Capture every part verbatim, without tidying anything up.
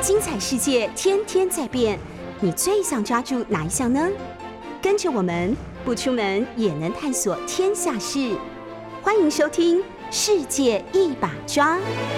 精彩世界天天在变，你最想抓住哪一项呢？跟着我们不出门也能探索天下事，欢迎收听《世界一把抓》。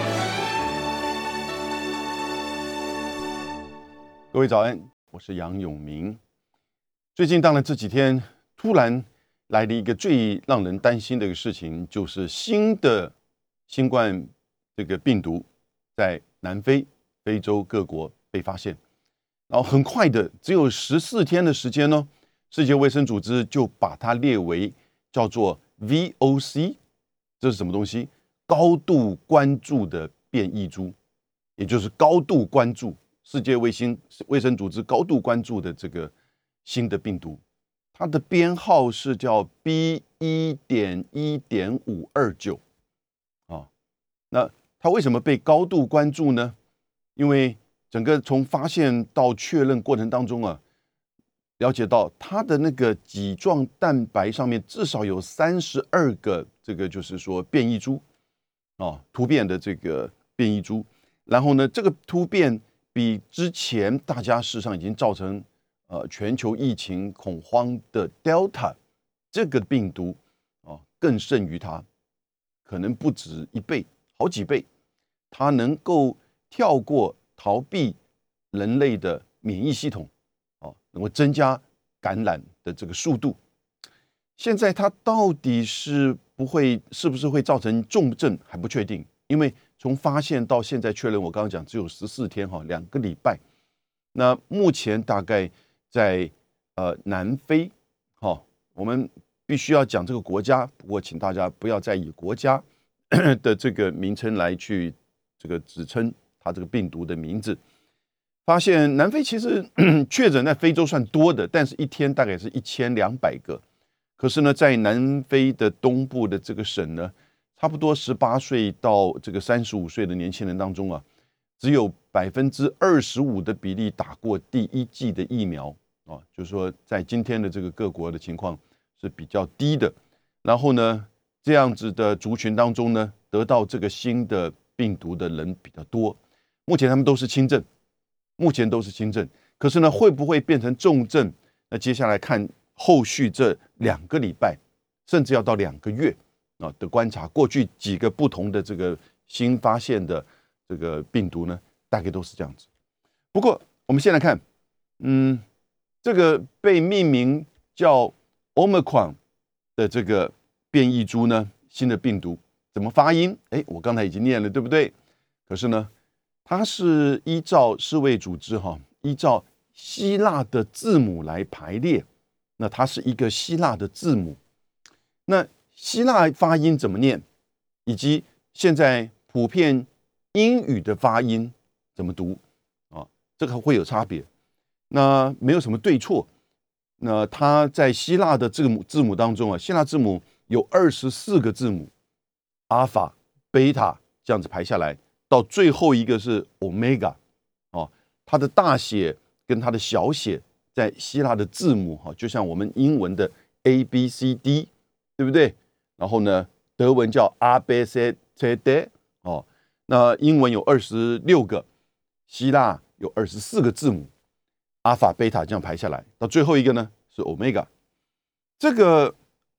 各位早安，我是杨永明。最近当然这几天突然来了一个最让人担心的一个事情，就是新的新冠这个病毒在南非、非洲各国被发现，然后很快的，只有十四天的时间呢，世界卫生组织就把它列为叫做 V O C， 这是什么东西？高度关注的变异株，也就是高度关注。世界卫生卫生组织高度关注的这个新的病毒，它的编号是叫 B 一点一点五二九 啊。那它为什么被高度关注呢？因为整个从发现到确认过程当中啊，了解到它的那个棘状蛋白上面至少有三十二个这个就是说变异株啊，突变的这个变异株。然后呢，这个突变比之前大家事实上已经造成呃全球疫情恐慌的 Delta 这个病毒啊更胜于它，可能不止一倍，好几倍。它能够跳过逃避人类的免疫系统啊，能够增加感染的这个速度。现在它到底是不会是不是会造成重症还不确定，因为从发现到现在确认，我刚刚讲只有十四天哈，两个礼拜。那目前大概在呃南非，哈，我们必须要讲这个国家，不过请大家不要再以国家的这个名称来去这个指称它这个病毒的名字。发现南非其实确诊在非洲算多的，但是一天大概是一千两百个。可是呢，在南非的东部的这个省呢，差不多十八岁到这个三十五岁的年轻人当中啊，只有百分之二十五的比例打过第一剂的疫苗啊，就是说在今天的这个各国的情况是比较低的。然后呢，这样子的族群当中呢，得到这个新的病毒的人比较多。目前他们都是轻症，目前都是轻症。可是呢，会不会变成重症？那接下来看后续这两个礼拜，甚至要到两个月。啊的观察，过去几个不同的这个新发现的这个病毒呢，大概都是这样子。不过我们先来看，嗯，这个被命名叫 Omicron 的这个变异株呢，新的病毒怎么发音？哎，我刚才已经念了，对不对？可是呢，它是依照世卫组织哈，依照希腊的字母来排列，那它是一个希腊的字母，那希腊发音怎么念，以及现在普遍英语的发音怎么读啊？这个会有差别。那没有什么对错。那它在希腊的字母字母当中啊，希腊字母有二十四个字母，阿尔法、贝塔这样子排下来，到最后一个是 omega 哦，它的大写跟它的小写在希腊的字母哈，就像我们英文的 A B C D， 对不对？然后呢，德文叫 A B C D 哦，那英文有二十六个，希腊有二十四个字母，阿尔法、贝塔这样排下来，到最后一个呢是 Omega。这个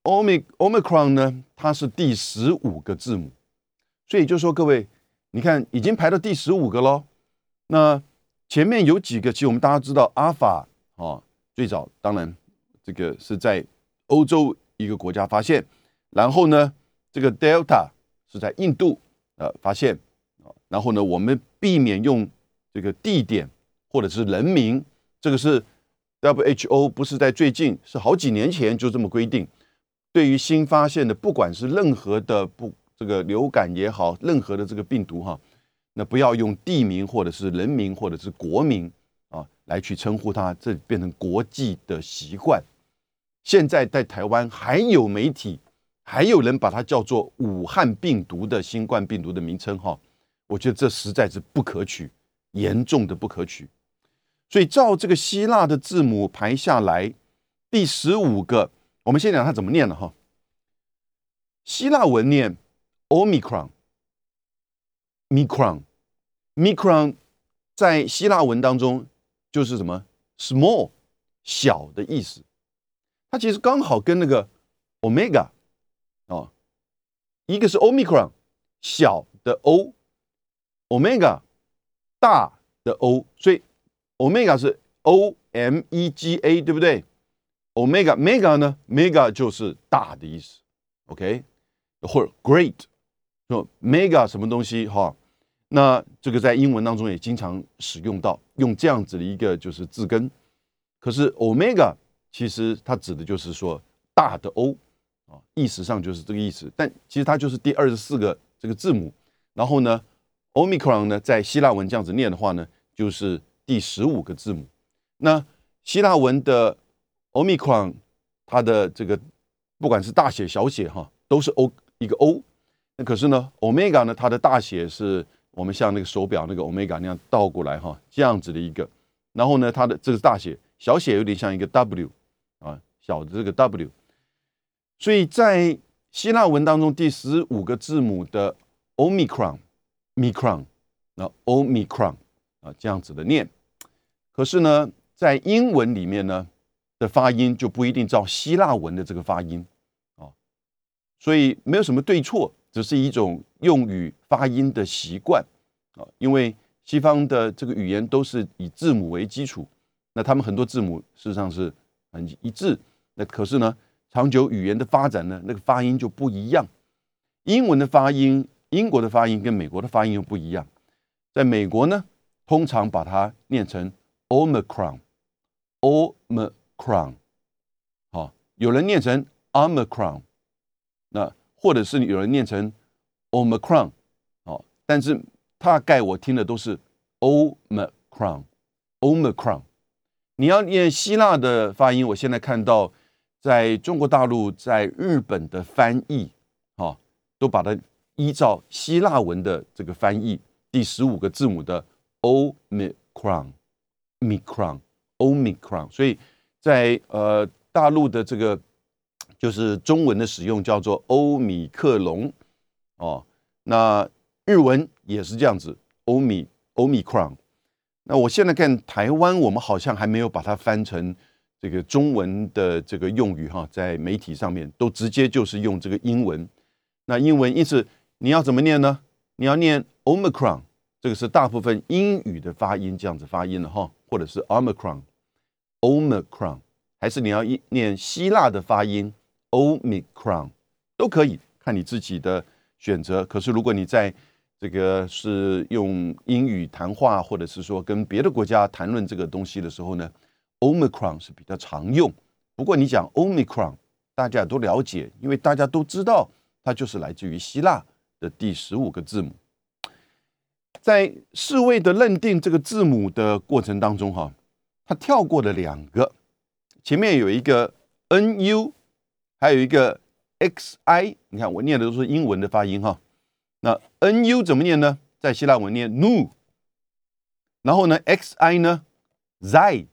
Omicron 呢，它是第十五个字母，所以就说各位，你看已经排到第十五个咯。那前面有几个，其实我们大家知道，阿尔法哦，最早当然这个是在欧洲一个国家发现。然后呢，这个 Delta 是在印度呃发现，然后呢，我们避免用这个地点或者是人名，这个是 W H O 不是在最近，是好几年前就这么规定。对于新发现的，不管是任何的不这个流感也好，任何的这个病毒哈，那不要用地名或者是人名或者是国名啊来去称呼它，这变成国际的习惯。现在在台湾还有媒体。还有人把它叫做武汉病毒的新冠病毒的名称哈，我觉得这实在是不可取，严重的不可取。所以照这个希腊的字母排下来，第十五个，我们先讲它怎么念了哈。希腊文念 Omicron，Micron，Micron 在希腊文当中就是什么 small 小的意思，它其实刚好跟那个 omega 哦，一个是 omicron 小的 o， omega 大的 o， 所以 omega 是 o m e g a 对不对？ omega mega 呢 mega 就是大的意思 ，OK， 或者 great， 说 mega 什么东西哈？那这个在英文当中也经常使用到，用这样子的一个就是字根。可是 omega 其实它指的就是说大的 O 啊，意思上就是这个意思。但其实它就是第二十四个这个字母。然后呢 ，omicron 呢，在希腊文这样子念的话呢，就是第十五个字母。那希腊文的 omicron 它的这个不管是大写小写哈，都是 O 一个 O。那可是呢 ，omega 呢，它的大写是我们像那个手表那个 omega 那样倒过来哈，这样子的一个。然后呢，它的这个大写，小写有点像一个 W 啊，小的这个 W。所以在希腊文当中，第十五个字母的 omicron、micron， 那 omicron 啊这样子的念。可是呢，在英文里面呢的发音就不一定照希腊文的这个发音啊，所以没有什么对错，只是一种用语发音的习惯啊。因为西方的这个语言都是以字母为基础，那他们很多字母事实上是很一致，那可是呢，长久语言的发展呢，那个发音就不一样。英文的发音，英国的发音跟美国的发音又不一样。在美国呢，通常把它念成 omicron，omicron， 好，有人念成 omicron， 那或者是有人念成 omicron， 好，但是大概我听的都是 omicron，omicron。你要念希腊的发音，我现在看到在中国大陆、在日本的翻译，啊，都把它依照希腊文的这个翻译，第十五个字母的 omicron，micron，omicron， 所以在呃大陆的这个就是中文的使用叫做欧米克隆，哦，那日文也是这样子，欧米 omicron。那我现在看台湾，我们好像还没有把它翻成这个中文的这个用语哈，在媒体上面都直接就是用这个英文。那英文因此你要怎么念呢？你要念 omicron， 这个是大部分英语的发音这样子发音了哈，或者是 omicron，omicron， 还是你要念希腊的发音 omicron， 都可以，看你自己的选择。可是如果你在这个是用英语谈话，或者是说跟别的国家谈论这个东西的时候呢 ，omicron 是比较常用。不过你讲 omicron， 大家也都了解，因为大家都知道它就是来自于希腊的第十五个字母。在世卫的认定这个字母的过程当中，哈，它跳过了两个，前面有一个 N U， 还有一个 X I。你看我念的都是英文的发音哈。那 N U 怎么念呢？在希腊文念 nu， 然后呢 X I 呢 Xi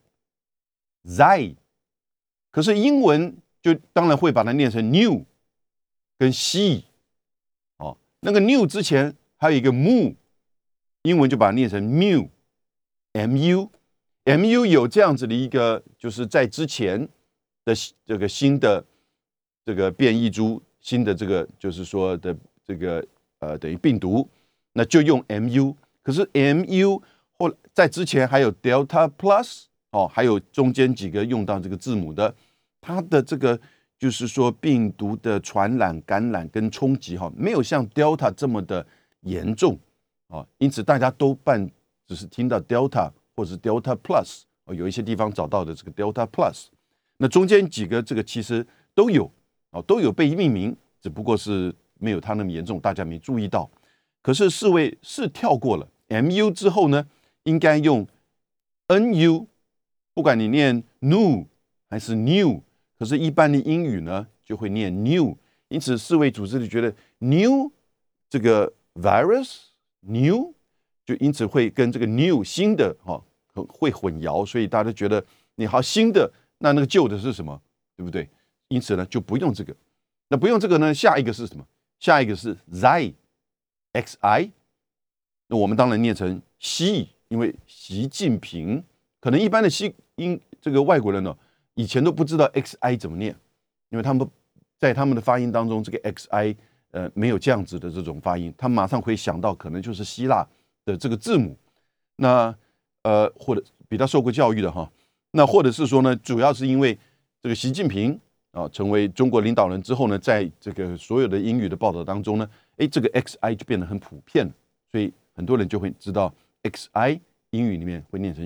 Xi， 可是英文就当然会把它念成 new 跟 she， 哦，那个 new 之前还有一个 mu， 英文就把它念成 mu mu mu 有这样子的一个，就是在之前的这个新的这个变异株，新的这个就是说的这个。呃，等于病毒，那就用 M U。可是 M U 或在之前还有 Delta Plus 哦，还有中间几个用到这个字母的，它的这个就是说病毒的传染、感染跟冲击哈，没有像 Delta 这么的严重啊。因此大家都办只是听到 Delta 或者是 Delta Plus， 有一些地方找到的这个 Delta Plus， 那中间几个这个其实都有啊，都有被命名，只不过是没有它那么严重，大家没注意到。可是世卫是跳过了 M U 之后呢，应该用 N U， 不管你念 new 还是 new， 可是一般的英语呢就会念 new， 因此世卫组织就觉得 new 这个 virus new 就因此会跟这个 new 新的哈会混淆，所以大家觉得你好新的，那那个旧的是什么，对不对？因此呢就不用这个。那不用这个呢，下一个是什么？下一个是 Xi Xi， 那我们当然念成 she， 因为习近平可能一般的西英这个外国人呢，以前都不知道 X I 怎么念，因为他们在他们的发音当中，这个 X I 呃没有这样子的这种发音，他们马上会想到可能就是希腊的这个字母。那呃或者比较受过教育的哈，那或者是说呢，主要是因为这个习近平啊成为中国领导人之后呢，在这个所有的英语的报道当中呢，哎，这个 X I 就变得很普遍了，所以很多人就会知道 X I 英语里面会念成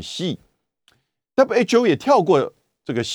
she。W H O 也跳过这个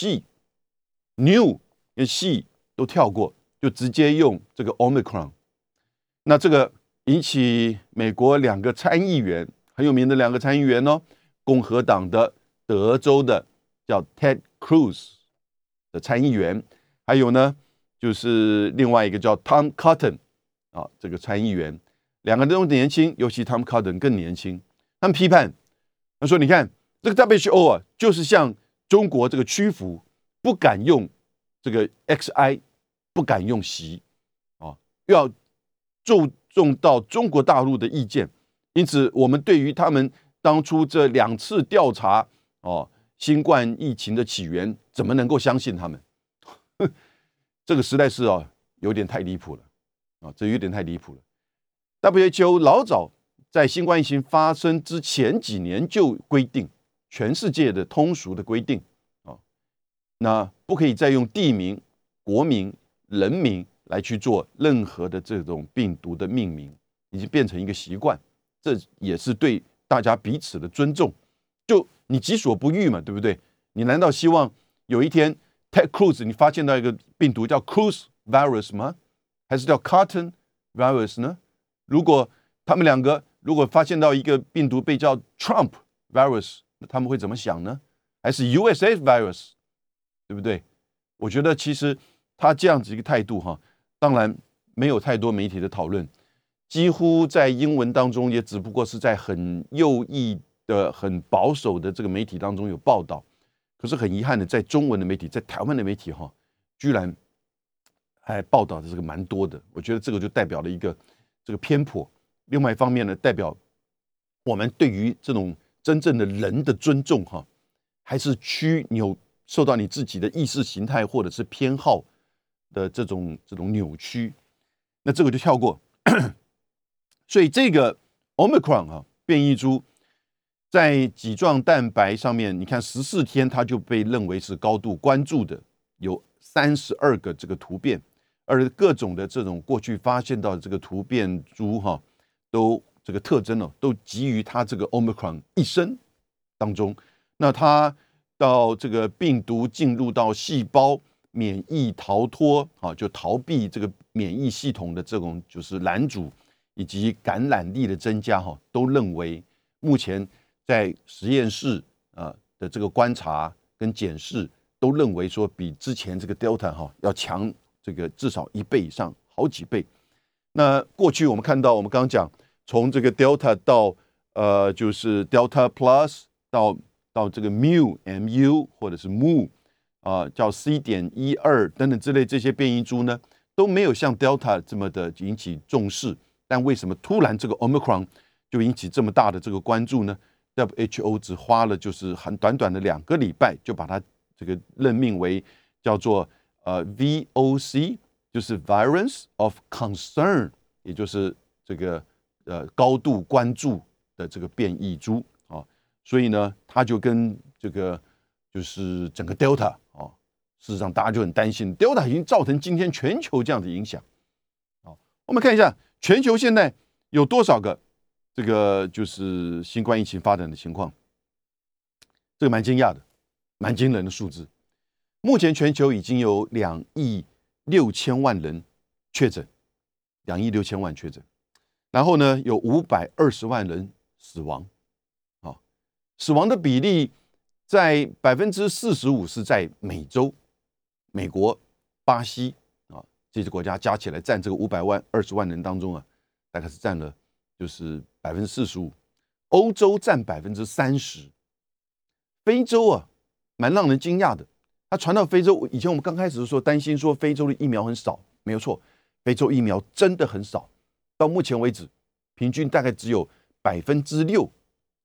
she、new 跟 she 都跳过，就直接用这个 Omicron。那这个引起美国两个参议员很有名的两个参议员哦，共和党的德州的叫 Ted Cruz 的参议员，还有呢就是另外一个叫 Tom Cotton 啊，这个参议员，两个人都年轻，尤其 Tom Cotton 更年轻。他们批判，他说：“你看这个 W H O 啊，就是向中国这个屈服，不敢用这个 X I， 不敢用习啊，又要注重到中国大陆的意见。因此，我们对于他们当初这两次调查哦，新冠疫情的起源，怎么能够相信他们？这个实在是啊，有点太离谱了啊，这有点太离谱了。W H O 老早在新冠疫情发生之前几年就规定，全世界的通俗的规定啊，那不可以再用地名、国名、人名来去做任何的这种病毒的命名，已经变成一个习惯。这也是对大家彼此的尊重。就你己所不欲嘛，对不对？你难道希望有一天 Ted Cruz 你发现到一个病毒叫 Cruz virus 吗？还是叫 Cotton virus 呢？如果他们两个如果发现到一个病毒被叫 Trump virus， 那他们会怎么想呢？还是 U S A virus， 对不对？我觉得其实他这样子一个态度哈，当然没有太多媒体的讨论，几乎在英文当中也只不过是在很右翼的、很保守的这个媒体当中有报道。可是很遗憾的，在中文的媒体，在台湾的媒体哈，居然还报道的这个蛮多的。我觉得这个就代表了一个这个偏颇。另外一方面呢，代表我们对于这种真正的人的尊重哈，还是趋扭受到你自己的意识形态或者是偏好的这种这种扭曲。那这个就跳过。所以这个 Omicron 啊变异株在棘状蛋白上面，你看十四天它就被认为是高度关注的，有三十二个这个突变，而各种的这种过去发现到的这个突变株哈、啊，都这个特征呢、啊，都基于它这个 Omicron 一生当中。那它到这个病毒进入到细胞，免疫逃脱啊，就逃避这个免疫系统的这种就是拦阻。以及感染力的增加，哈，都认为目前在实验室啊的这个观察跟检视，都认为说比之前这个 Delta 哈要强，这个至少一倍以上，好几倍。那过去我们看到，我们刚刚讲，从这个 Delta 到呃就是 Delta Plus 到到这个 Mu M U 或者是 Mu 啊、呃、叫 C 点一二等等之类这些变异株呢，都没有像 Delta 这么的引起重视。但为什么突然这个 Omicron 就引起这么大的这个关注呢？ W H O 只花了就是很短短的两个礼拜，就把它这个任命为叫做呃 V O C， 就是 Virus of Concern， 也就是这个呃高度关注的这个变异株啊。所以呢，它就跟这个就是整个 Delta 啊，事实上大家就很担心 ，Delta 已经造成今天全球这样的影响。好，我们看一下。全球现在有多少个这个就是新冠疫情发展的情况？这个蛮惊讶的，蛮惊人的数字。目前全球已经有两亿六千万人确诊，两亿六千万确诊，然后呢有五百二十万人死亡，啊，死亡的比例在百分之四十五是在美洲、美国、巴西。这些国家加起来占这个五百万二十万人当中啊，大概是占了就是百分之四十五，欧洲占百分之三十，非洲啊，蛮让人惊讶的。它传到非洲，以前我们刚开始的时候担心说非洲的疫苗很少，没有错，非洲疫苗真的很少，到目前为止，平均大概只有百分之六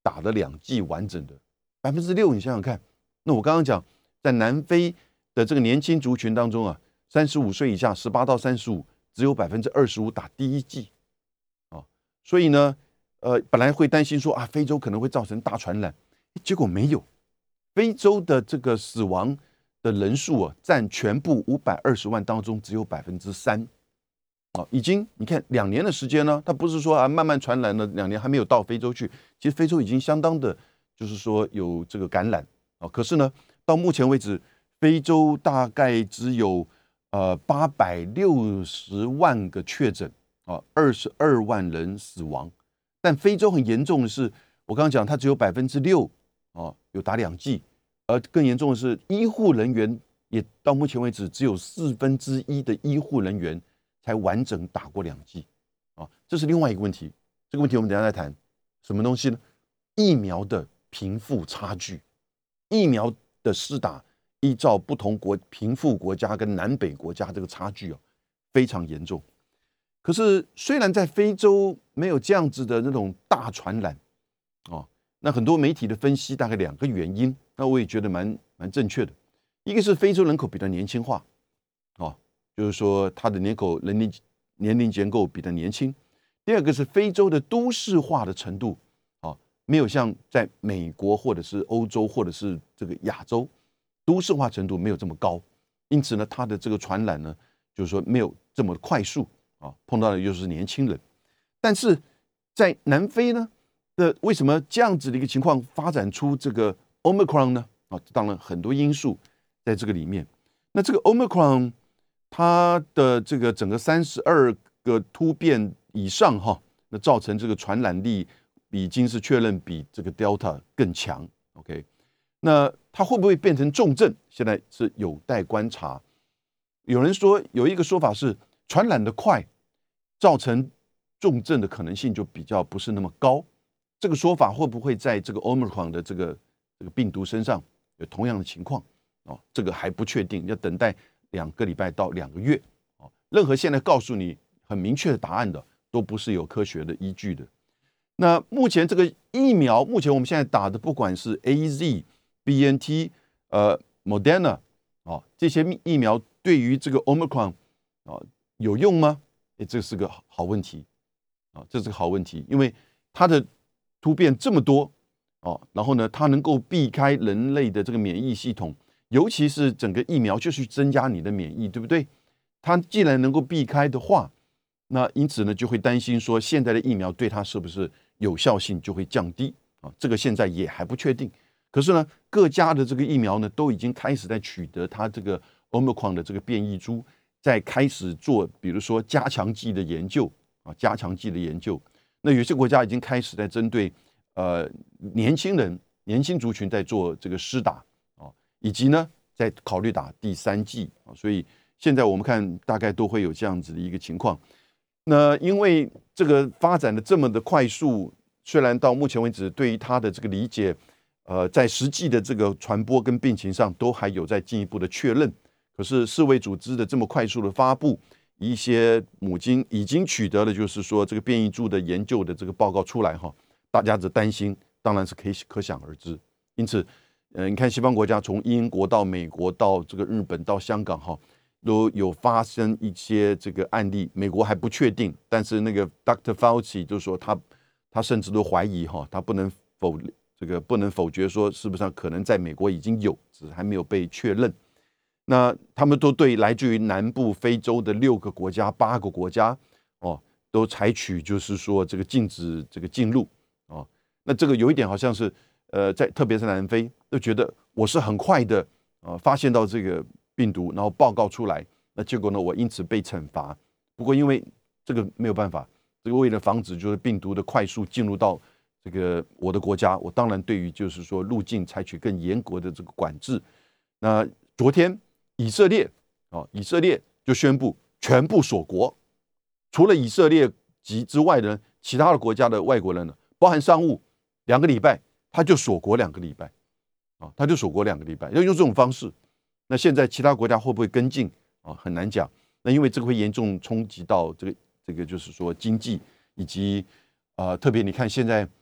打了两剂完整的，百分之六，你想想看。那我刚刚讲，在南非的这个年轻族群当中啊，三十五岁以下，十八到三十五，只有百分之二十五打第一剂啊。所以呢，呃，本来会担心说啊，非洲可能会造成大传染，结果没有。非洲的这个死亡的人数啊，占全部五百二十万当中只有百分之三。哦，已经你看两年的时间呢，它不是说啊慢慢传染了两年还没有到非洲去，其实非洲已经相当的，就是说有这个感染啊。可是呢，到目前为止，非洲大概只有呃八百六十万个确诊啊，二十二万人死亡。但非洲很严重的是，我刚刚讲它只有百分之六啊有打两剂，而更严重的是医护人员也到目前为止只有四分之一的医护人员才完整打过两剂，啊，这是另外一个问题。这个问题我们等一下再谈。什么东西呢？疫苗的贫富差距，疫苗的施打依照不同国贫富国家跟南北国家这个差距啊非常严重。可是虽然在非洲没有这样子的那种大传染，哦，那很多媒体的分析大概两个原因，那我也觉得蛮蛮正确的。一个是非洲人口比较年轻化，哦。就是说，它的人口年龄年龄结构比较年轻。第二个是非洲的都市化的程度，啊，没有像在美国或者是欧洲或者是这个亚洲，都市化程度没有这么高，因此呢，它的这个传染呢，就是说没有这么快速啊，碰到的又是年轻人。但是在南非呢的为什么这样子的一个情况发展出这个 Omicron 呢？啊，当然很多因素在这个里面。那这个 Omicron它的这个整个三十二个突变以上哈，那造成这个传染力已经是确认比这个 Delta 更强。OK， 那它会不会变成重症？现在是有待观察。有人说有一个说法是，传染的快，造成重症的可能性就比较不是那么高。这个说法会不会在这个 Omicron 的这个这个病毒身上有同样的情况？哦，这个还不确定，要等待两个礼拜到两个月。哦，任何现在告诉你很明确的答案的，都不是有科学的依据的。那目前这个疫苗，目前我们现在打的，不管是 A Z、B N T、呃 Moderna 哦，这些疫苗对于这个 Omicron 哦有用吗？哎，这是个好问题啊，这是个好问题，因为它的突变这么多哦，然后呢，它能够避开人类的这个免疫系统，尤其是整个疫苗就是增加你的免疫，对不对？它既然能够避开的话，那因此呢，就会担心说，现在的疫苗对它是不是有效性就会降低啊？这个现在也还不确定。可是呢，各家的这个疫苗呢，都已经开始在取得它这个 Omicron 的这个变异株，在开始做，比如说加强剂的研究啊，加强剂的研究。那有些国家已经开始在针对呃年轻人、年轻族群在做这个施打啊，以及呢在考虑打第三剂啊。所以现在我们看大概都会有这样子的一个情况。那因为这个发展的这么的快速，虽然到目前为止对于它的这个理解，呃，在实际的这个传播跟病情上都还有在进一步的确认。可是世卫组织的这么快速的发布，一些母亲已经取得了就是说这个变异株的研究的这个报告出来哈，大家的担心当然是可以可想而知。因此，呃，你看西方国家从英国到美国到这个日本到香港哈，都有发生一些这个案例，美国还不确定，但是那个 Doctor Fauci 就说他他甚至都怀疑哈，他不能否这个不能否决说是不是可能在美国已经有，只是还没有被确认。那他们都对来自于南部非洲的六个国家、八个国家哦，都采取就是说这个禁止这个进入哦。那这个有一点好像是呃，在特别是南非都觉得我是很快的呃发现到这个病毒，然后报告出来，那结果呢，我因此被惩罚。不过因为这个没有办法，这个为了防止就是病毒的快速进入到这个我的国家，我当然对于就是说入境采取更严格的这个管制。那昨天以色列啊、哦，以色列就宣布全部锁国，除了以色列籍之外的其他的国家的外国人呢，包含商务，两个礼拜他就锁国两个礼拜啊，他就锁国两个礼拜，要用这种方式。那现在其他国家会不会跟进啊？很难讲。那因为这个会严重冲击到这个这个就是说经济以及呃，特别你看现在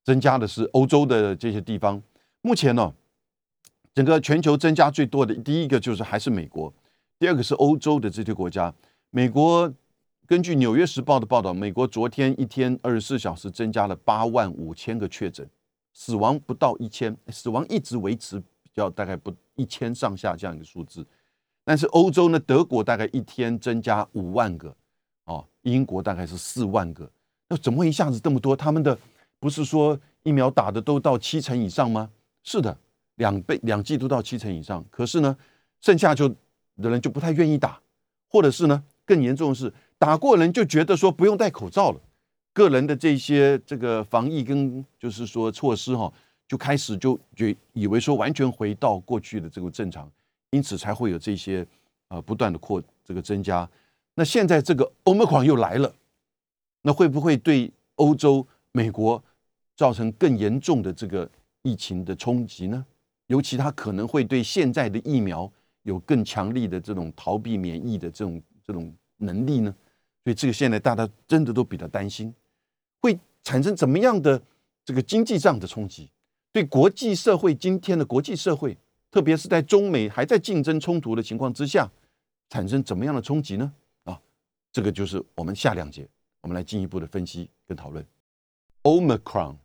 增加的是欧洲的这些地方。目前呢、哦，整个全球增加最多的第一个就是还是美国，第二个是欧洲的这些国家。美国根据《纽约时报》的报道，美国昨天一天二十四小时增加了八万五千个确诊，死亡不到一千，死亡一直维持比较大概不一千上下这样一个数字。但是欧洲呢，德国大概一天增加五万个，哦，英国大概是四万个。那怎么会一下子这么多？他们的不是说疫苗打的都到七成以上吗？是的，两倍两剂都到七成以上。可是呢，剩下就的人就不太愿意打，或者是呢，更严重的是，打过人就觉得说不用戴口罩了，个人的这些这个防疫跟就是说措施哈、哦，就开始就就以为说完全回到过去的这个正常，因此才会有这些呃不断的扩这个增加。那现在这个 Omicron 又来了，那会不会对欧洲、美国造成更严重的这个疫情的冲击呢？尤其它可能会对现在的疫苗有更强力的这种逃避免疫的这种这种能力呢？所以这个现在大家真的都比较担心，会产生怎么样的这个经济上的冲击？对国际社会，今天的国际社会，特别是在中美还在竞争冲突的情况之下，产生怎么样的冲击呢？啊，这个就是我们下两节我们来进一步的分析跟讨论。Omicron，Omicron，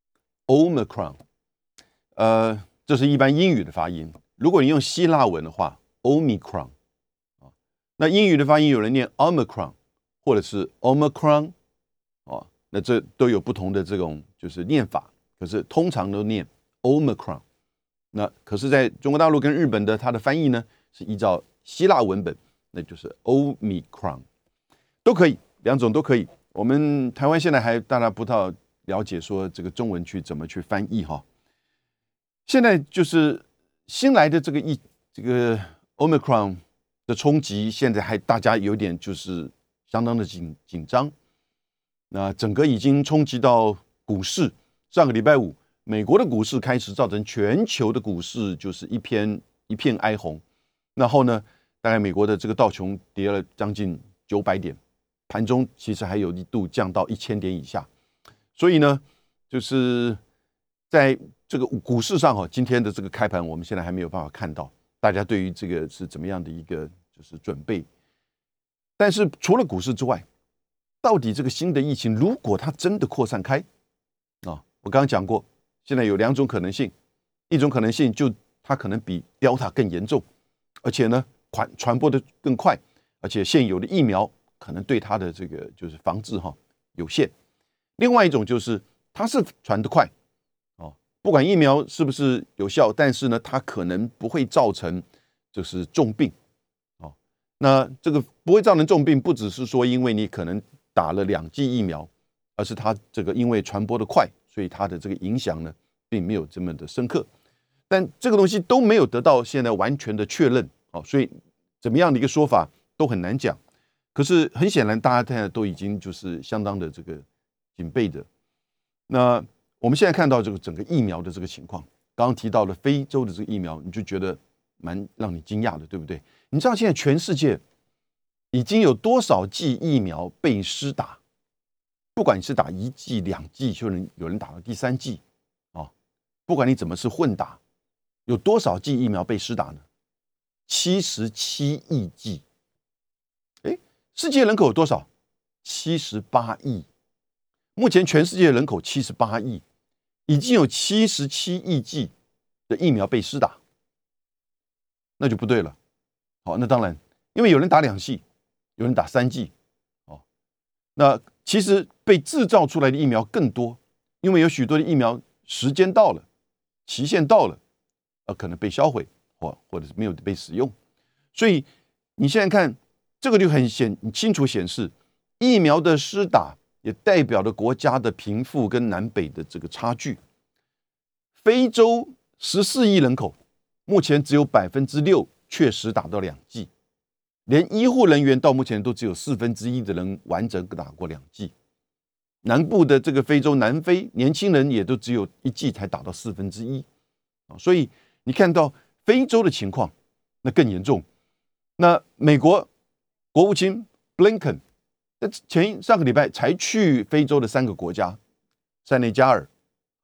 呃，这是一般英语的发音。如果你用希腊文的话 ，Omicron， 啊，那英语的发音有人念 Omicron， 或者是 Omicron， 啊，那这都有不同的这种就是念法，可是通常都念 Omicron。那可是在中国大陆跟日本的它的翻译呢，是依照希腊文本，那就是 Omicron， 都可以，两种都可以。我们台湾现在还大家不太了解说这个中文去怎么去翻译哈。现在就是新来的这个疫这个 Omicron 的冲击，现在还大家有点就是相当的紧紧张。那整个已经冲击到股市，上个礼拜五，美国的股市开始造成全球的股市就是一片一片哀鸿。然后呢，大概美国的这个道琼跌了将近九百点。盘中其实还有一度降到一千点以下，所以呢，就是在这个股市上哈，今天的这个开盘，我们现在还没有办法看到大家对于这个是怎么样的一个就是准备。但是除了股市之外，到底这个新的疫情如果它真的扩散开啊，我刚刚讲过，现在有两种可能性，一种可能性就它可能比 Delta 更严重，而且呢传传播的更快，而且现有的疫苗可能对它的这个就是防治哈有限。另外一种就是它是传得快哦，不管疫苗是不是有效，但是呢它可能不会造成就是重病哦。那这个不会造成重病，不只是说因为你可能打了两剂疫苗，而是它这个因为传播的快，所以它的这个影响呢并没有这么的深刻。但这个东西都没有得到现在完全的确认哦，所以怎么样的一个说法都很难讲。可是很显然，大家现在都已经就是相当的这个警备的。那我们现在看到这个整个疫苗的这个情况，刚刚提到了非洲的这个疫苗，你就觉得蛮让你惊讶的，对不对？你知道现在全世界已经有多少剂疫苗被施打？不管你是打一剂、两剂，就能有人打到第三剂啊、哦。不管你怎么是混打，有多少剂疫苗被施打呢？七十七亿剂。世界人口有多少？七十八亿。目前全世界人口七十八亿，已经有七十七亿剂的疫苗被施打，那就不对了。好，那当然，因为有人打两剂，有人打三剂，哦，那其实被制造出来的疫苗更多，因为有许多的疫苗时间到了，期限到了，呃，可能被销毁，或或者是没有被使用，所以你现在看。这个就很显清楚显示，疫苗的施打也代表了国家的贫富跟南北的这个差距。非洲十四亿人口，目前只有百分之六确实打到两剂，连医护人员到目前都只有四分之一的人完整打过两剂。南部的这个非洲南非，年轻人也都只有一剂才打到四分之一，所以你看到非洲的情况，那更严重。那美国国务卿 Blinken 在前上个礼拜才去非洲的三个国家，塞内加尔、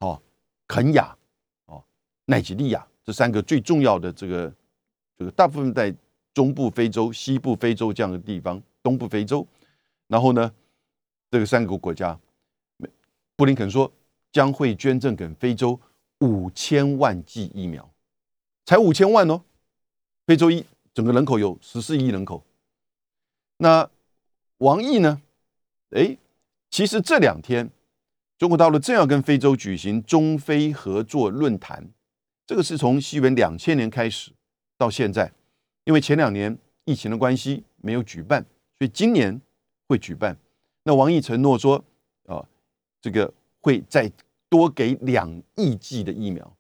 哦，肯亚，哦，奈及利亚这三个最重要的这个这个大部分在中部非洲、西部非洲这样的地方，东部非洲，然后呢，这个三个国家，布林肯说将会捐赠给非洲五千万剂疫苗，才五千万哦，非洲一整个人口有十四亿人口。那王毅呢？哎，其实这两天中国大陆正要跟非洲举行中非合作论坛，这个是从西元两千年开始到现在，因为前两年疫情的关系没有举办，所以今年会举办。那王毅承诺说，啊、呃，这个会再多给两亿剂的疫苗。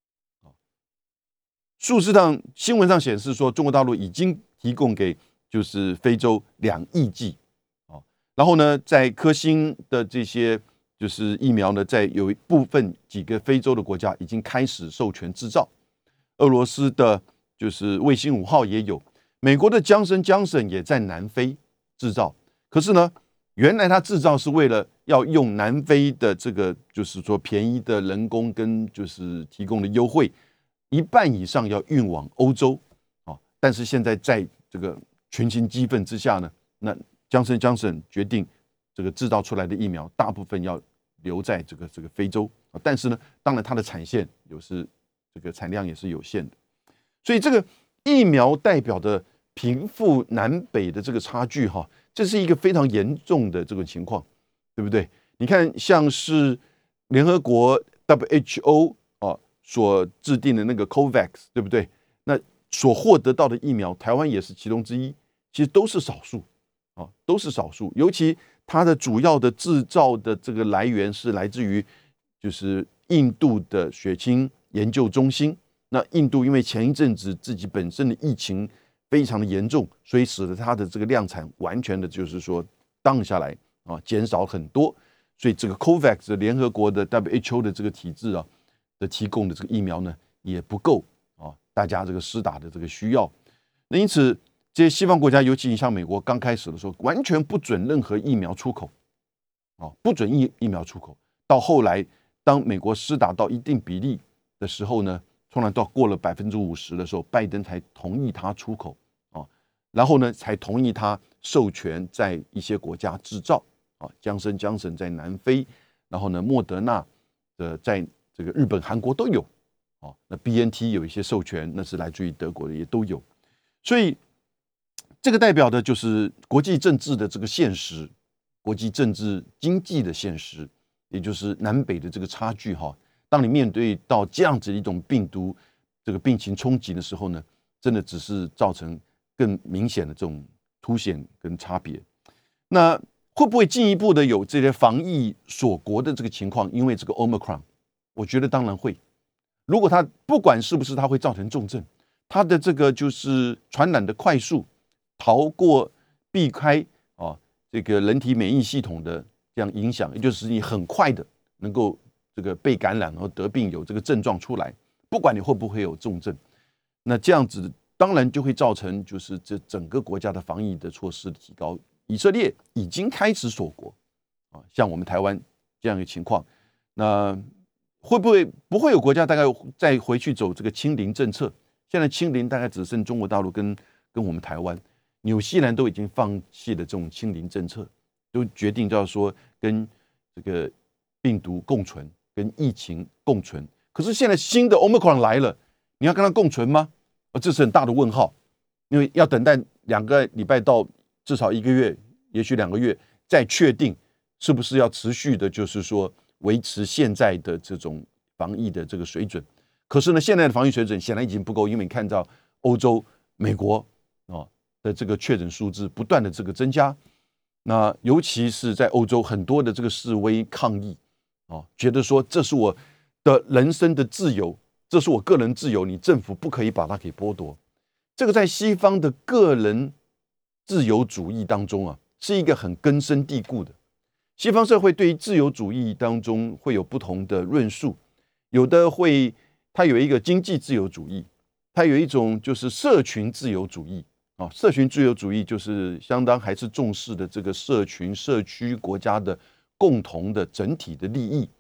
数字上新闻上显示说，中国大陆已经提供给就是非洲两亿剂，啊，然后呢，在科兴的这些就是疫苗呢，在有一部分几个非洲的国家已经开始授权制造，俄罗斯的就是卫星五号也有，美国的江森江森也在南非制造，可是呢，原来它制造是为了要用南非的这个就是说便宜的人工跟就是提供的优惠。一半以上要运往欧洲，啊，但是现在在这个群情激愤之下呢，那江森江森决定这个制造出来的疫苗大部分要留在这个这个非洲，但是呢，当然它的产线有时这个产量也是有限的，所以这个疫苗代表的贫富南北的这个差距哈，这是一个非常严重的这个情况，对不对？你看，像是联合国 W H O。所制定的那个 COVAX， 对不对？那所获得到的疫苗，台湾也是其中之一，其实都是少数啊，都是少数。尤其它的主要的制造的这个来源是来自于就是印度的血清研究中心。那印度因为前一阵子自己本身的疫情非常的严重，所以使得它的这个量产完全的就是说 down 下来啊，减少很多。所以这个 COVAX 联合国的 W H O 的这个体制啊。的提供的这个疫苗呢也不够啊，大家这个施打的这个需要，那因此这些西方国家，尤其像美国刚开始的时候，完全不准任何疫苗出口，啊，不准疫疫苗出口。到后来，当美国施打到一定比例的时候呢，突然到过了百分之五十的时候，拜登才同意他出口啊，然后呢才同意他授权在一些国家制造啊，江森江森在南非，然后呢莫德纳的在。这个日本、韩国都有，哦，那 B N T 有一些授权，那是来自于德国的，也都有。所以这个代表的就是国际政治的这个现实，国际政治经济的现实，也就是南北的这个差距哈。当你面对到这样子一种病毒这个病情冲击的时候呢，真的只是造成更明显的这种凸显跟差别。那会不会进一步的有这些防疫锁国的这个情况？因为这个 Omicron。我觉得当然会，如果它不管是不是它会造成重症，它的这个就是传染的快速，逃过避开啊这个人体免疫系统的这样影响，也就是你很快的能够这个被感染，然后得病有这个症状出来，不管你会不会有重症，那这样子当然就会造成就是这整个国家的防疫的措施的提高。以色列已经开始锁国啊，像我们台湾这样一个情况，那。会不会不会有国家大概再回去走这个清零政策？现在清零大概只剩中国大陆跟跟我们台湾，纽西兰都已经放弃了这种清零政策，都决定要说跟这个病毒共存，跟疫情共存。可是现在新的 Omicron 来了，你要跟它共存吗？啊，这是很大的问号，因为要等待两个礼拜到至少一个月，也许两个月，再确定是不是要持续的，就是说。维持现在的这种防疫的这个水准，可是呢，现在的防疫水准显然已经不够，因为你看到欧洲、美国啊的这个确诊数字不断的这个增加，那尤其是在欧洲很多的这个示威抗议啊，觉得说这是我的人生的自由，这是我个人自由，你政府不可以把它给剥夺。这个在西方的个人自由主义当中啊，是一个很根深蒂固的。西方社会对于自由主义当中会有不同的论述，有的会，它有一个经济自由主义，它有一种就是社群自由主义啊。社群自由主义就是相当还是重视的这个社群、社区、国家的共同的整体的利益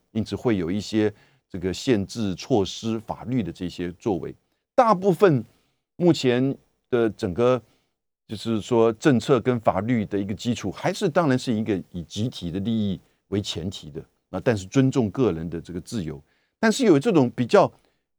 因此会有一些这个限制措施、法律的这些作为。大部分目前的整个就是说政策跟法律的一个基础，还是当然是一个以集体的利益为前提的啊，但是尊重个人的这个自由，但是有这种比较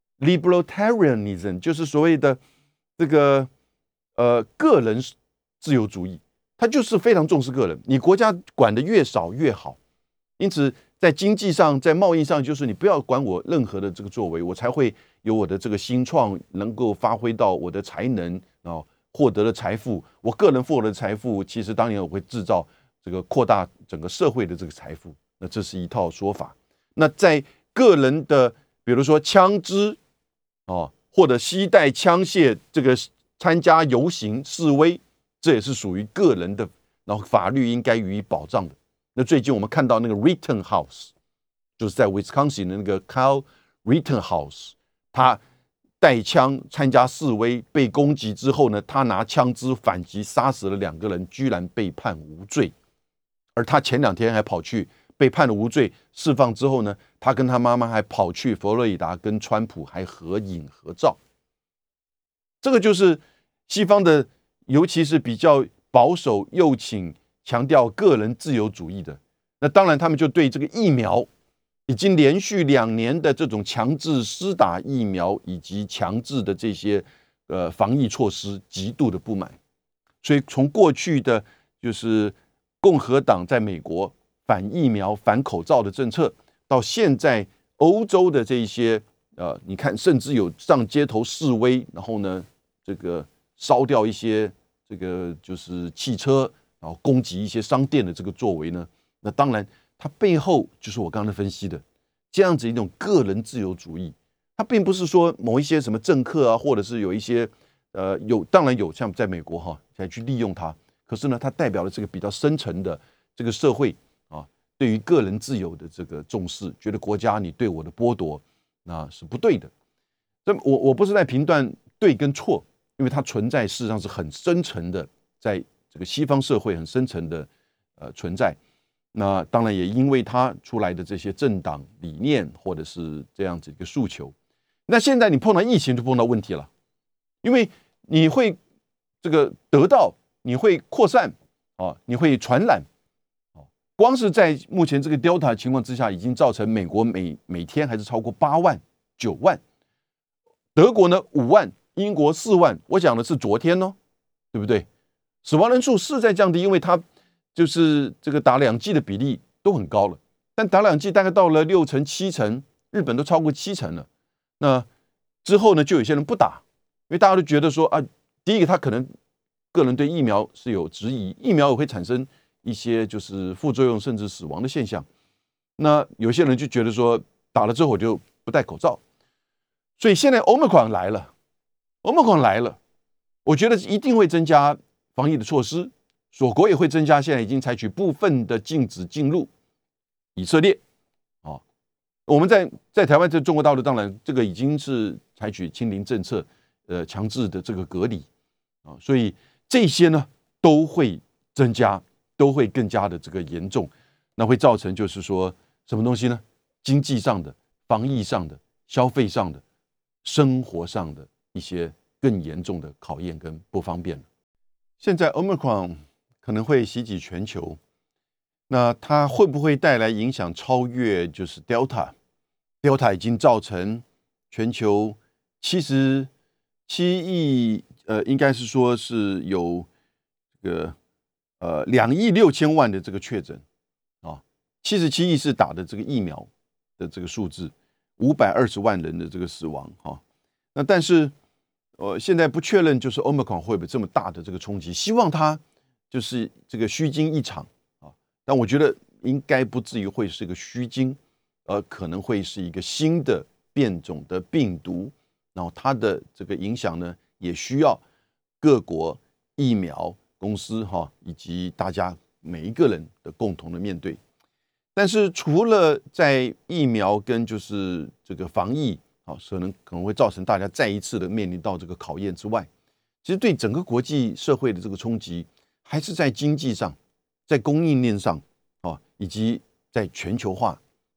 libertarianism， 就是所谓的这个呃个人自由主义，它就是非常重视个人，你国家管得越少越好。因此，在经济上、在贸易上，就是你不要管我任何的这个作为，我才会有我的这个新创能够发挥到我的才能啊，获得了财富。我个人获得的财富，其实当然我会制造这个扩大整个社会的这个财富。那这是一套说法。那在个人的，比如说枪支哦，或者携带枪械，这个参加游行示威，这也是属于个人的，然后法律应该予以保障的。那最近我们看到那个 Rittenhouse， 就是在 Wisconsin 的那个 Kyle Rittenhouse， 他带枪参加示威，被攻击之后呢，他拿枪支反击，杀死了两个人，居然被判无罪。而他前两天还跑去被判了无罪，释放之后呢，他跟他妈妈还跑去佛罗里达跟川普还合影合照。这个就是西方的，尤其是比较保守右倾，强调个人自由主义的，那当然他们就对这个疫苗已经连续两年的这种强制施打疫苗以及强制的这些呃防疫措施极度的不满。所以从过去的就是共和党在美国反疫苗、反口罩的政策，到现在欧洲的这一些呃，你看甚至有上街头示威，然后呢这个烧掉一些这个就是汽车，然后攻击一些商店的这个作为呢，那当然它背后就是我刚才分析的这样子一种个人自由主义。它并不是说某一些什么政客啊，或者是有一些呃有当然有像在美国哈才去利用它，可是呢它代表了这个比较深层的这个社会啊对于个人自由的这个重视，觉得国家你对我的剥夺那是不对的。这我我不是在评断对跟错，因为它存在事实上是很深层的，在这个西方社会很深层的呃存在。那当然也因为它出来的这些政党理念或者是这样子一个诉求。那现在你碰到疫情就碰到问题了，因为你会这个得到，你会扩散啊，你会传染。光是在目前这个 Delta 情况之下，已经造成美国每每天还是超过八万、九万，德国呢五万，英国四万。我讲的是昨天哦，对不对？死亡人数是在降低，因为它就是这个打两剂的比例都很高了，但打两剂大概到了六成、七成，日本都超过七成了。那之后呢，就有些人不打，因为大家都觉得说啊，第一个他可能个人对疫苗是有质疑，疫苗也会产生一些就是副作用甚至死亡的现象。那有些人就觉得说打了之后我就不戴口罩，所以现在 Omicron 来了 ，Omicron 来了，我觉得一定会增加防疫的措施，锁国也会增加，现在已经采取部分的禁止进入以色列。哦，我们在在台湾在中国大陆当然这个已经是采取清零政策，呃，强制的这个隔离啊，所以这些呢都会增加。都会更加的这个严重，那会造成就是说什么东西呢？经济上的、防疫上的、消费上的、生活上的一些更严重的考验跟不方便。现在 Omicron 可能会袭击全球，那它会不会带来影响超越就是 Delta？ Delta 已经造成全球七十七亿，呃，应该是说是有这个。呃，两亿六千万的这个确诊啊，七十七亿是打的这个疫苗的这个数字，五百二十万人的这个死亡啊。那但是，呃，现在不确认就是 Omicron 会不会这么大的这个冲击，希望它就是这个虚惊一场啊。但我觉得应该不至于会是个虚惊，而可能会是一个新的变种的病毒，然后它的这个影响呢，也需要各国疫苗。公司哈以及大家每一个人的共同的面对，但是除了在疫苗跟就是这个防疫啊，可能可能会造成大家再一次的面临到这个考验之外，其实对整个国际社会的这个冲击，还是在经济上、在供应链上啊，以及在全球化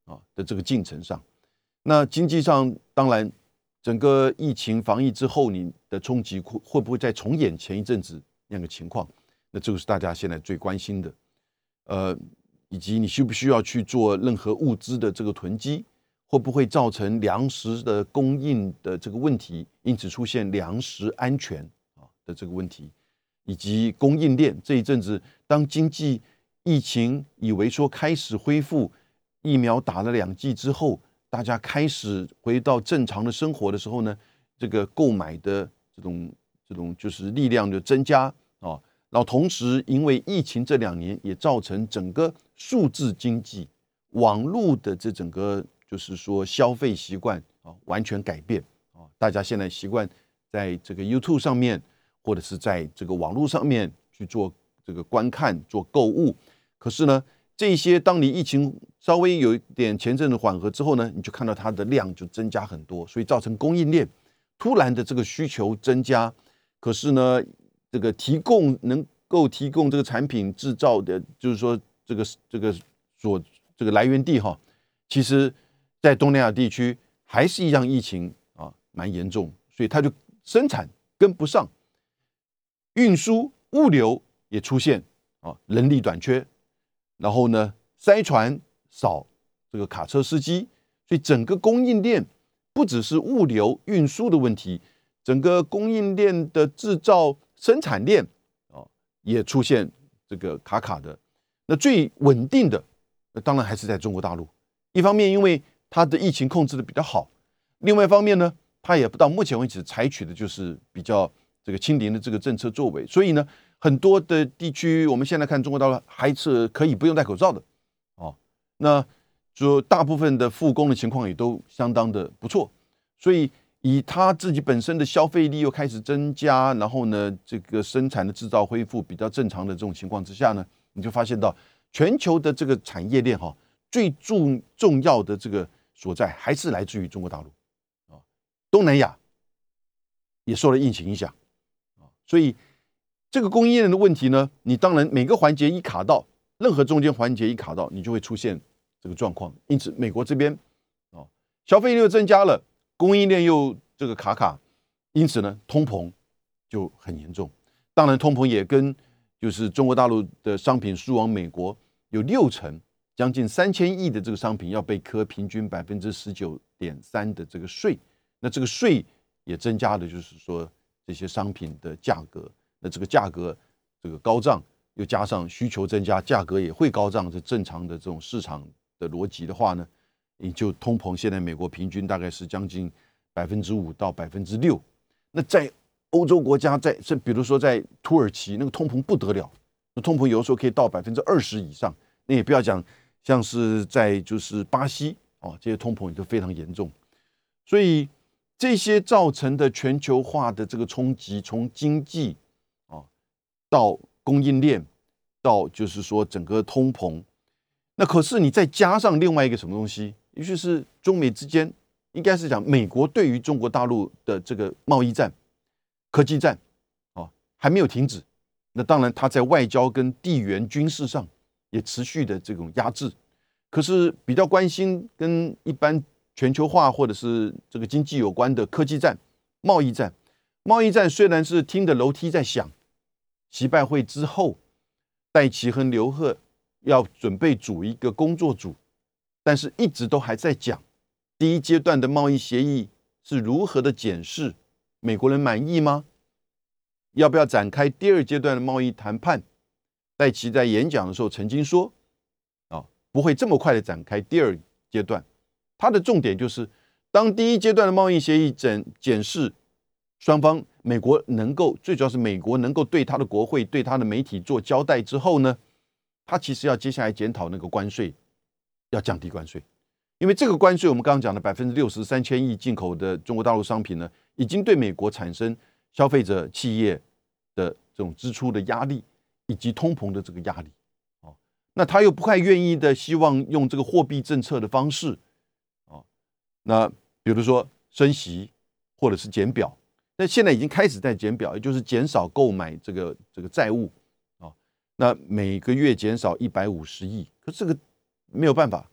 啊的这个进程上。那经济上当然，整个疫情防疫之后，你的冲击会会不会再重演前一阵子那样的情况？那这个是大家现在最关心的。呃，以及你需不需要去做任何物资的这个囤积？会不会造成粮食的供应的这个问题，因此出现粮食安全啊的这个问题，以及供应链这一阵子，当经济疫情以为说开始恢复，疫苗打了两剂之后，大家开始回到正常的生活的时候呢，这个购买的这种这种就是力量的增加啊，然后同时因为疫情这两年也造成整个数字经济、网络的这整个。就是说消费习惯啊完全改变啊，大家现在习惯在这个 YouTube 上面，或者是在这个网络上面去做这个观看、做购物。可是呢，这些当你疫情稍微有一点前阵的缓和之后呢，你就看到它的量就增加很多，所以造成供应链突然的这个需求增加。可是呢，这个提供能够提供这个产品制造的，就是说这个这个所这个来源地哈，其实。在东南亚地区还是一样疫情啊蛮严重，所以它就生产跟不上，运输物流也出现啊人力短缺，然后呢塞船少这个卡车司机，所以整个供应链不只是物流运输的问题，整个供应链的制造生产链啊也出现这个卡卡的。那最稳定的，那当然还是在中国大陆，一方面因为它的疫情控制的比较好，另外一方面呢，它也到目前为止采取的就是比较这个清零的这个政策作为，所以呢，很多的地区我们现在看中国大陆还是可以不用戴口罩的，哦，那就大部分的复工的情况也都相当的不错，所以以它自己本身的消费力又开始增加，然后呢，这个生产的制造恢复比较正常的这种情况之下呢，你就发现到全球的这个产业链哈，最重重要的这个。所在还是来自于中国大陆啊，东南亚也受了疫情影响啊，所以这个供应链的问题呢，你当然每个环节一卡到，任何中间环节一卡到，你就会出现这个状况。因此，美国这边啊，消费力又增加了，供应链又这个卡卡，因此呢，通膨就很严重。当然，通膨也跟就是中国大陆的商品输往美国有六成。将近三千亿的这个商品要被课平均百分之十九点三的这个税，那这个税也增加的就是说这些商品的价格，那这个价格这个高涨，又加上需求增加，价格也会高涨，这正常的这种市场的逻辑的话呢，你就通膨，现在美国平均大概是将近百分之五到百分之六，那在欧洲国家，在比如说在土耳其，那个通膨不得了，那通膨有的时候可以到百分之二十以上，那也不要讲。像是在就是巴西哦，这些通膨也都非常严重，所以这些造成的全球化的这个冲击，从经济啊到供应链，到就是说整个通膨，那可是你再加上另外一个什么东西，也就是中美之间，应该是讲美国对于中国大陆的这个贸易战、科技战啊还没有停止，那当然它在外交跟地缘军事上。也持续的这种压制，可是比较关心跟一般全球化或者是这个经济有关的科技战、贸易战。贸易战虽然是听的楼梯在响，习拜会之后，戴琪和刘鹤要准备组一个工作组，但是一直都还在讲第一阶段的贸易协议是如何的检视，美国人满意吗？要不要展开第二阶段的贸易谈判？戴琪在演讲的时候曾经说，啊，不会这么快的展开第二阶段。他的重点就是，当第一阶段的贸易协议检检视双方，美国能够最主要是美国能够对他的国会、对他的媒体做交代之后呢，他其实要接下来检讨那个关税，要降低关税，因为这个关税我们刚刚讲的百分之六十三千亿进口的中国大陆商品呢，已经对美国产生消费者、企业的这种支出的压力。以及通膨的这个压力，哦，那他又不太愿意的，希望用这个货币政策的方式，哦，那比如说升息或者是减表，那现在已经开始在减表，也就是减少购买这个这个债务，哦，那每个月减少一百五十亿，可这个没有办法，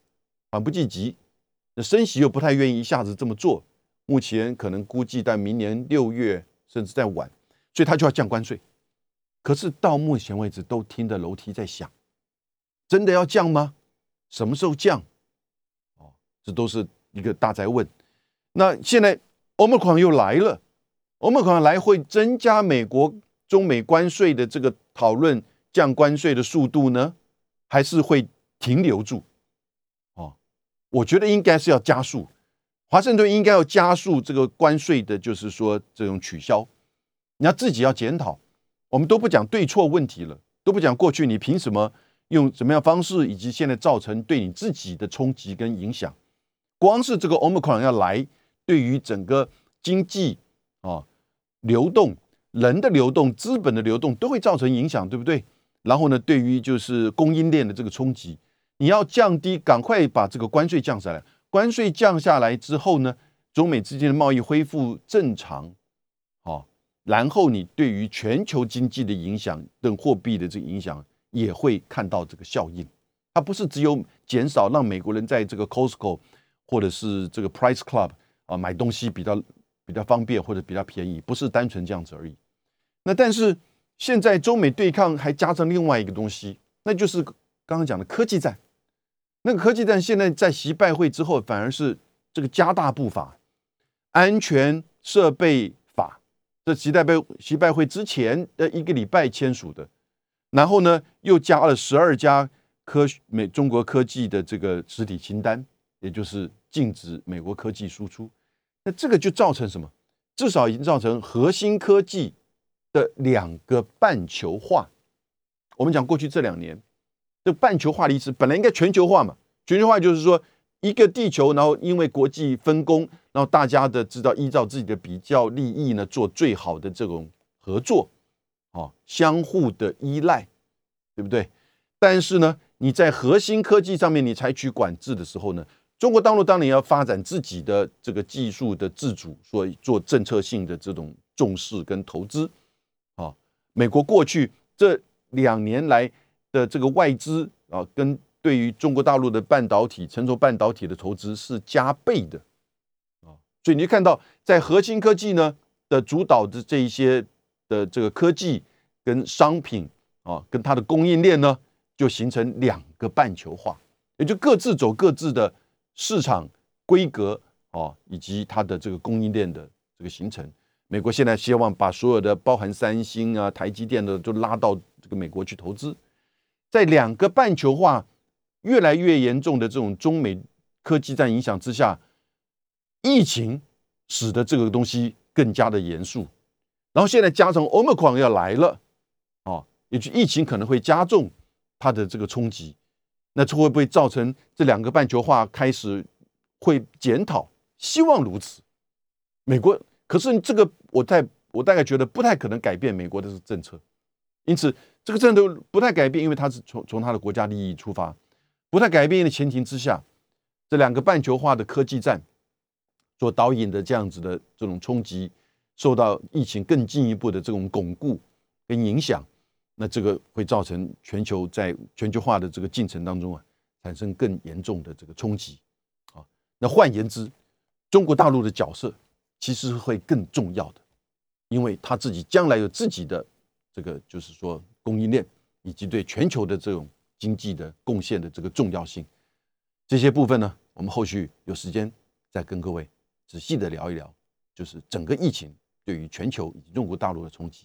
缓不济急，那升息又不太愿意一下子这么做，目前可能估计在明年六月甚至再晚，所以他就要降关税。可是到目前为止都听得楼梯在响，真的要降吗？什么时候降？哦，这都是一个大哉问。那现在 Omicron 又来了 ，Omicron 来会增加美国中美关税的这个讨论降关税的速度呢，还是会停留住？哦，我觉得应该是要加速，华盛顿应该要加速这个关税的，就是说这种取消。你要自己要检讨，我们都不讲对错问题了，都不讲过去你凭什么用什么样方式，以及现在造成对你自己的冲击跟影响。光是这个 Omicron 要来，对于整个经济啊流动、人的流动、资本的流动都会造成影响，对不对？然后呢，对于就是供应链的这个冲击，你要降低，赶快把这个关税降下来。关税降下来之后呢，中美之间的贸易恢复正常，哦，然后你对于全球经济的影响等货币的这个影响也会看到这个效应。它不是只有减少让美国人在这个 Costco 或者是这个 Price Club 啊买东西比较比较方便或者比较便宜，不是单纯这样子而已。那但是现在中美对抗还加上另外一个东西，那就是刚刚讲的科技战。那个科技战现在在习拜会之后，反而是这个加大步伐，安全设备法，这习拜会习拜会之前的一个礼拜签署的，然后呢又加了十二家科美中国科技的这个实体清单，也就是禁止美国科技输出。那这个就造成什么？至少已经造成核心科技的两个半球化。我们讲过去这两年，这半球化的意思本来应该全球化嘛，全球化就是说一个地球，然后因为国际分工，然后大家的知道依照自己的比较利益呢，做最好的这种合作，哦，相互的依赖，对不对？但是呢，你在核心科技上面你采取管制的时候呢，中国大陆当然要发展自己的这个技术的自主，所以做政策性的这种重视跟投资。哦，美国过去这两年来的这个外资啊，跟对于中国大陆的半导体、成熟半导体的投资是加倍的啊，所以你就看到在核心科技呢的主导的这一些的这个科技跟商品啊，跟它的供应链呢，就形成两个半球化，也就各自走各自的市场规格啊，以及它的这个供应链的这个形成。美国现在希望把所有的包含三星啊、台积电的都拉到这个美国去投资，在两个半球化越来越严重的这种中美科技战影响之下，疫情使得这个东西更加的严肃，然后现在加上 Omicron 要来了，哦，也就疫情可能会加重它的这个冲击，那这会不会造成这两个半球化开始会检讨？希望如此。美国可是这个我在我大概觉得不太可能改变美国的政策，因此这个政策不太改变，因为它是从从它的国家利益出发，不太改变的前提之下，这两个半球化的科技战所导引的这样子的这种冲击，受到疫情更进一步的这种巩固跟影响，那这个会造成全球在全球化的这个进程当中啊，产生更严重的这个冲击啊。那换言之，中国大陆的角色其实会更重要的，因为他自己将来有自己的这个就是说供应链，以及对全球的这种经济的贡献的这个重要性。这些部分呢，我们后续有时间再跟各位仔细的聊一聊，就是整个疫情对于全球以及中国大陆的冲击。